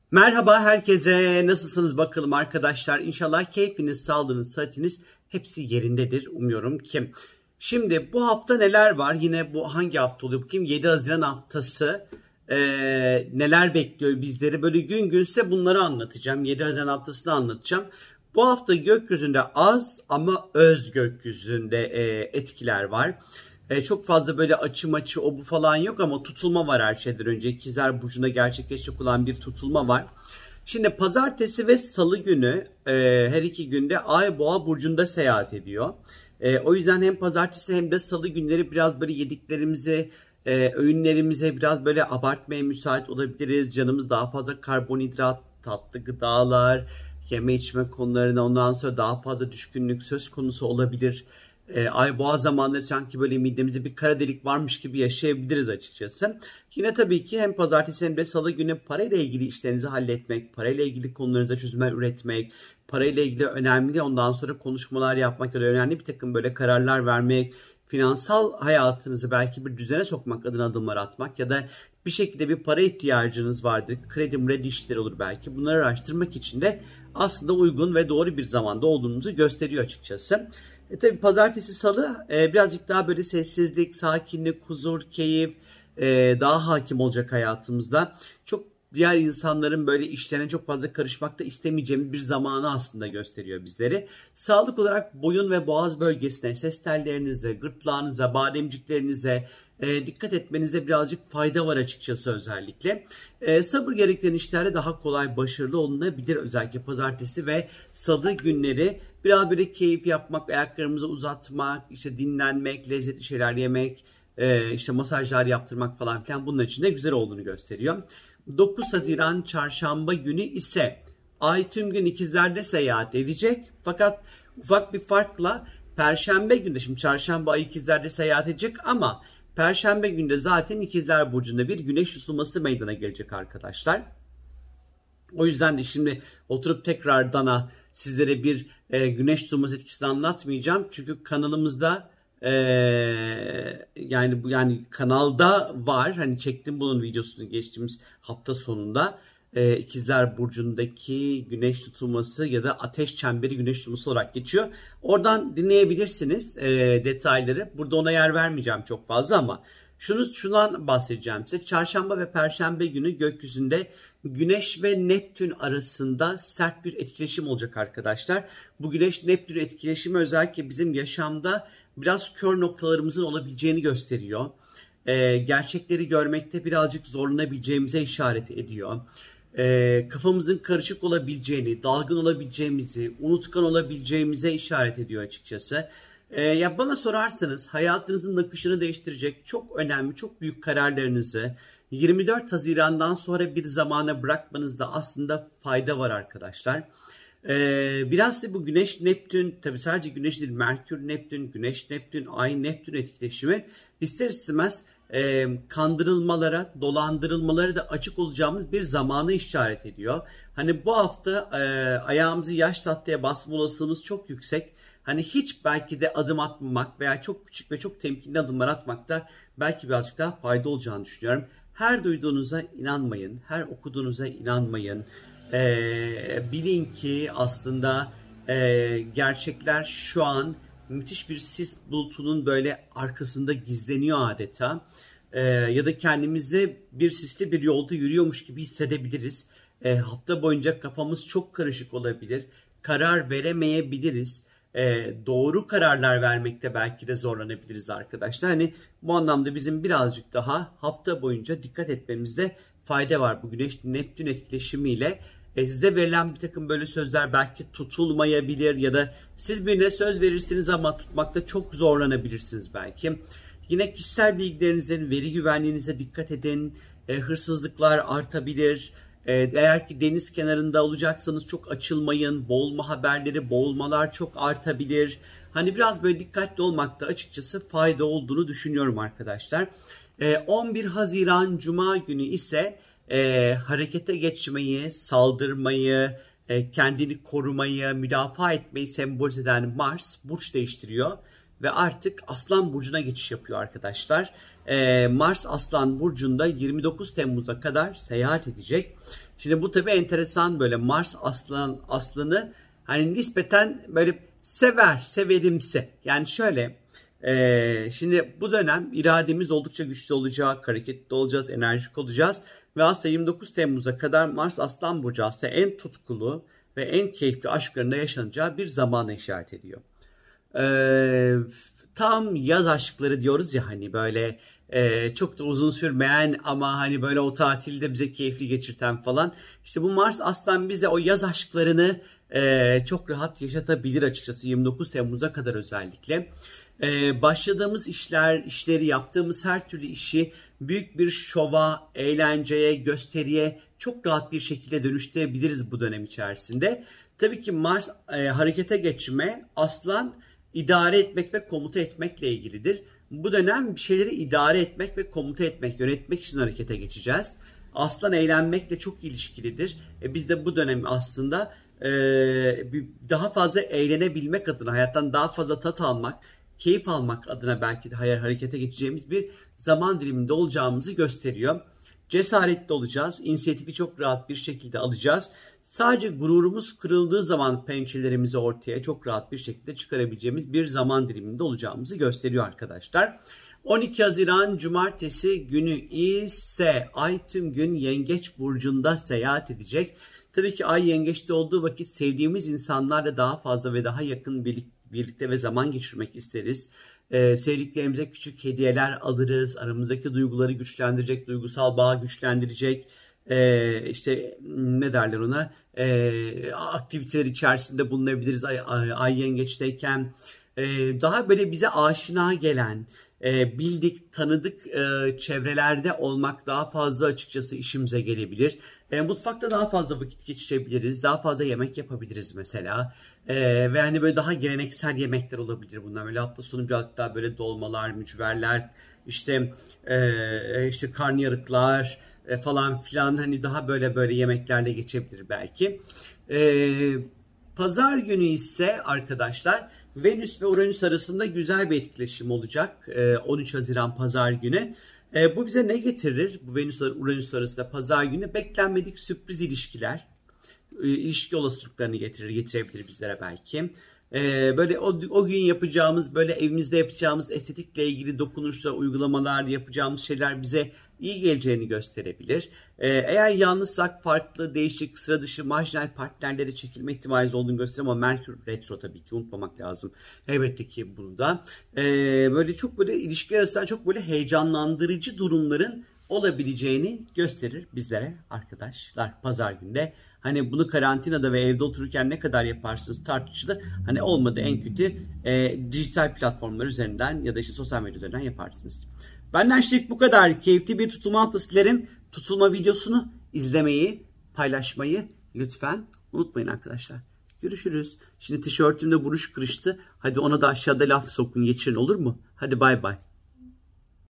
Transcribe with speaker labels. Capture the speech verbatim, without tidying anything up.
Speaker 1: Merhaba herkese. Nasılsınız bakalım arkadaşlar? İnşallah keyfiniz, sağlığınız, sıhhatiniz hepsi yerindedir. Umuyorum ki. Şimdi bu hafta neler var? Yine bu hangi hafta oluyor? Bakayım yedi Haziran haftası. Ee, neler bekliyor bizleri? Böyle gün günse bunları anlatacağım. yedi Haziran haftasını anlatacağım. Bu hafta gökyüzünde az ama öz gökyüzünde e, etkiler var. E, çok fazla böyle açı maçı o bu falan yok ama tutulma var her şeyden önce. İkizler Burcu'nda gerçekleşecek olan bir tutulma var. Şimdi pazartesi ve salı günü e, her iki günde Ay Boğa Burcu'nda seyahat ediyor. E, o yüzden hem pazartesi hem de salı günleri biraz böyle yediklerimizi, e, öğünlerimize biraz böyle abartmaya müsait olabiliriz. Canımız daha fazla karbonhidrat, tatlı gıdalar, yeme içme konularına ondan sonra daha fazla düşkünlük söz konusu olabilir. E, ay boğa zamanları sanki böyle midemizde bir kara delik varmış gibi yaşayabiliriz açıkçası. Yine tabii ki hem pazartesi hem de salı günü parayla ilgili işlerinizi halletmek, parayla ilgili konularınıza çözümler üretmek, parayla ilgili önemli ondan sonra konuşmalar yapmak ya da önemli bir takım böyle kararlar vermek, finansal hayatınızı belki bir düzene sokmak adına adımlar atmak ya da bir şekilde bir para ihtiyacınız vardır. Kredi mredi işleri olur belki. Bunları araştırmak için de aslında uygun ve doğru bir zamanda olduğunuzu gösteriyor açıkçası. E tabi pazartesi salı e, birazcık daha böyle sessizlik, sakinlik, huzur, keyif e, daha hakim olacak hayatımızda. Çok diğer insanların böyle işlerine çok fazla karışmakta istemeyeceğimiz bir zamanı aslında gösteriyor bizleri. Sağlık olarak boyun ve boğaz bölgesine, ses tellerinize, gırtlağınıza, bademciklerinize e, dikkat etmenize birazcık fayda var açıkçası özellikle. E, sabır gerektiren işlerde daha kolay başarılı olunabilir özellikle pazartesi ve salı günleri. Biraz böyle keyif yapmak, ayaklarımızı uzatmak, işte dinlenmek, lezzetli şeyler yemek, e, işte masajlar yaptırmak falan filan bunun için de güzel olduğunu gösteriyor. dokuz Haziran çarşamba günü ise Ay tüm gün ikizlerde seyahat edecek. Fakat ufak bir farkla Perşembe günü, şimdi çarşamba Ay ikizlerde seyahat edecek ama Perşembe günde zaten ikizler Burcu'nda bir güneş tutulması meydana gelecek arkadaşlar. O yüzden de şimdi oturup tekrardan sizlere bir e, güneş tutulması etkisini anlatmayacağım. Çünkü kanalımızda e, yani bu yani kanalda var. Hani çektim bunun videosunu geçtiğimiz hafta sonunda. E, İkizler Burcu'ndaki güneş tutulması ya da ateş çemberi güneş tutulması olarak geçiyor. Oradan dinleyebilirsiniz e, detayları. Burada ona yer vermeyeceğim çok fazla ama Şunu, şundan bahsedeceğim size. Çarşamba ve Perşembe günü gökyüzünde Güneş ve Neptün arasında sert bir etkileşim olacak arkadaşlar. Bu Güneş-Neptün etkileşimi özellikle bizim yaşamda biraz kör noktalarımızın olabileceğini gösteriyor. Ee, gerçekleri görmekte birazcık zorlanabileceğimize işaret ediyor. Ee, kafamızın karışık olabileceğini, dalgın olabileceğimizi, unutkan olabileceğimize işaret ediyor açıkçası. Ee, ya bana sorarsanız hayatınızın akışını değiştirecek çok önemli, çok büyük kararlarınızı yirmi dört Haziran'dan sonra bir zamana bırakmanızda aslında fayda var arkadaşlar. Ee, biraz da bu Güneş Neptün, tabii sadece Güneş değil, Merkür Neptün, Güneş Neptün, Ay Neptün etkileşimi ister istemez e, kandırılmalara, dolandırılmalara da açık olacağımız bir zamanı işaret ediyor. Hani bu hafta e, ayağımızı yaş tahtaya basma olasılığımız çok yüksek. Hani hiç belki de adım atmamak veya çok küçük ve çok temkinli adımlar atmakta belki birazcık daha fayda olacağını düşünüyorum. Her duyduğunuza inanmayın, her okuduğunuza inanmayın. Ee, bilin ki aslında e, gerçekler şu an müthiş bir sis bulutunun böyle arkasında gizleniyor adeta. Ee, ya da kendimizi bir sisli bir yolda yürüyormuş gibi hissedebiliriz. Ee, hafta boyunca kafamız çok karışık olabilir. Karar veremeyebiliriz. Ee, doğru kararlar vermekte belki de zorlanabiliriz arkadaşlar. Hani bu anlamda bizim birazcık daha hafta boyunca dikkat etmemizde fayda var. Bu Güneş Neptün etkileşimiyle e, size verilen bir takım böyle sözler belki tutulmayabilir ya da siz birine söz verirsiniz ama tutmakta çok zorlanabilirsiniz belki. Yine kişisel bilgilerinizin, veri güvenliğinize dikkat edin. E, hırsızlıklar artabilir. Eğer ki deniz kenarında olacaksanız çok açılmayın. Boğulma haberleri, boğulmalar çok artabilir. Hani biraz böyle dikkatli olmakta açıkçası fayda olduğunu düşünüyorum arkadaşlar. on bir Haziran Cuma günü ise e, harekete geçmeyi, saldırmayı, e, kendini korumayı, müdafaa etmeyi sembolize eden Mars burç değiştiriyor. ve artık Aslan Burcu'na geçiş yapıyor arkadaşlar. Ee, Mars Aslan Burcu'nda yirmi dokuz Temmuz'a kadar seyahat edecek. Şimdi bu tabii enteresan, böyle Mars Aslan Aslan'ı hani nispeten böyle sever, severimsi. Yani şöyle, e, şimdi bu dönem irademiz oldukça güçlü olacak, hareketli olacağız, enerjik olacağız. Ve aslında yirmi dokuz Temmuz'a kadar Mars Aslan Burcu aslında en tutkulu ve en keyifli aşklarında yaşanacağı bir zamana işaret ediyor. Ee, tam yaz aşkları diyoruz ya, hani böyle e, çok da uzun sürmeyen ama hani böyle o tatilde bize keyifli geçirten falan. İşte bu Mars Aslan bize o yaz aşklarını e, çok rahat yaşatabilir açıkçası yirmi dokuz Temmuz'a kadar özellikle. Ee, başladığımız işler, işleri yaptığımız her türlü işi büyük bir şova, eğlenceye, gösteriye çok rahat bir şekilde dönüştürebiliriz bu dönem içerisinde. Tabii ki Mars e, harekete geçme, Aslan idare etmek ve komuta etmekle ilgilidir. Bu dönem bir şeyleri idare etmek ve komuta etmek, yönetmek için harekete geçeceğiz. Aslan eğlenmekle çok ilişkilidir. E, biz de bu dönem aslında e, daha fazla eğlenebilmek adına, hayattan daha fazla tat almak, keyif almak adına belki de harekete geçeceğimiz bir zaman diliminde olacağımızı gösteriyor. Cesaretli olacağız, inisiyatifi çok rahat bir şekilde alacağız. Sadece gururumuz kırıldığı zaman pençelerimizi ortaya çok rahat bir şekilde çıkarabileceğimiz bir zaman diliminde olacağımızı gösteriyor arkadaşlar. on iki Haziran Cumartesi günü ise Ay tüm gün Yengeç Burcu'nda seyahat edecek. Tabii ki Ay Yengeç'te olduğu vakit sevdiğimiz insanlarla daha fazla ve daha yakın birlikte birlikte ve zaman geçirmek isteriz. Ee, sevdiklerimize küçük hediyeler alırız. Aramızdaki duyguları güçlendirecek, duygusal bağı güçlendirecek. Ee, işte ne derler ona? Ee, aktiviteler içerisinde bulunabiliriz ay, ay, ay yengeçteyken. Ee, daha böyle bize aşina gelen, e, bildik, tanıdık e, çevrelerde olmak daha fazla açıkçası işimize gelebilir. E, mutfakta daha fazla vakit geçirebiliriz. Daha fazla yemek yapabiliriz mesela. E, ve hani böyle daha geleneksel yemekler olabilir bunlar. Böyle hafta sonu biraz daha böyle dolmalar, mücverler, işte e, işte karnıyarıklar e, falan filan, hani daha böyle böyle yemeklerle geçebilir belki. E, Pazar günü ise arkadaşlar Venüs ve Uranüs arasında güzel bir etkileşim olacak. on üç Haziran Pazar günü. Bu bize ne getirir? Bu Venüs ve Uranüs arasında Pazar günü beklenmedik sürpriz ilişkiler, ilişki olasılıklarını getirir, getirebilir bizlere belki. Böyle o, o gün yapacağımız, böyle evimizde yapacağımız estetikle ilgili dokunuşlar, uygulamalar, yapacağımız şeyler bize iyi geleceğini gösterebilir. Eğer yalnızsak farklı, değişik, sıra dışı, marjinal partnerlere çekilme ihtimalimiz olduğunu gösterir ama Merkür retro tabii ki unutmamak lazım. Elbette ki bunu da. Böyle çok böyle ilişkiler arasında çok böyle heyecanlandırıcı durumların olabileceğini gösterir bizlere arkadaşlar pazar günde. Hani bunu karantinada ve evde otururken ne kadar yaparsınız tartışılır. Hani olmadı en kötü e, dijital platformlar üzerinden ya da işte sosyal medya üzerinden yaparsınız. Benden şimdilik bu kadar. Keyifli bir tutulma haftası dilerim. Tutulma videosunu izlemeyi, paylaşmayı lütfen unutmayın arkadaşlar. Görüşürüz. Şimdi tişörtümde buruş kırıştı. Hadi ona da aşağıda laf sokun, geçirin, olur mu? Hadi bay bay.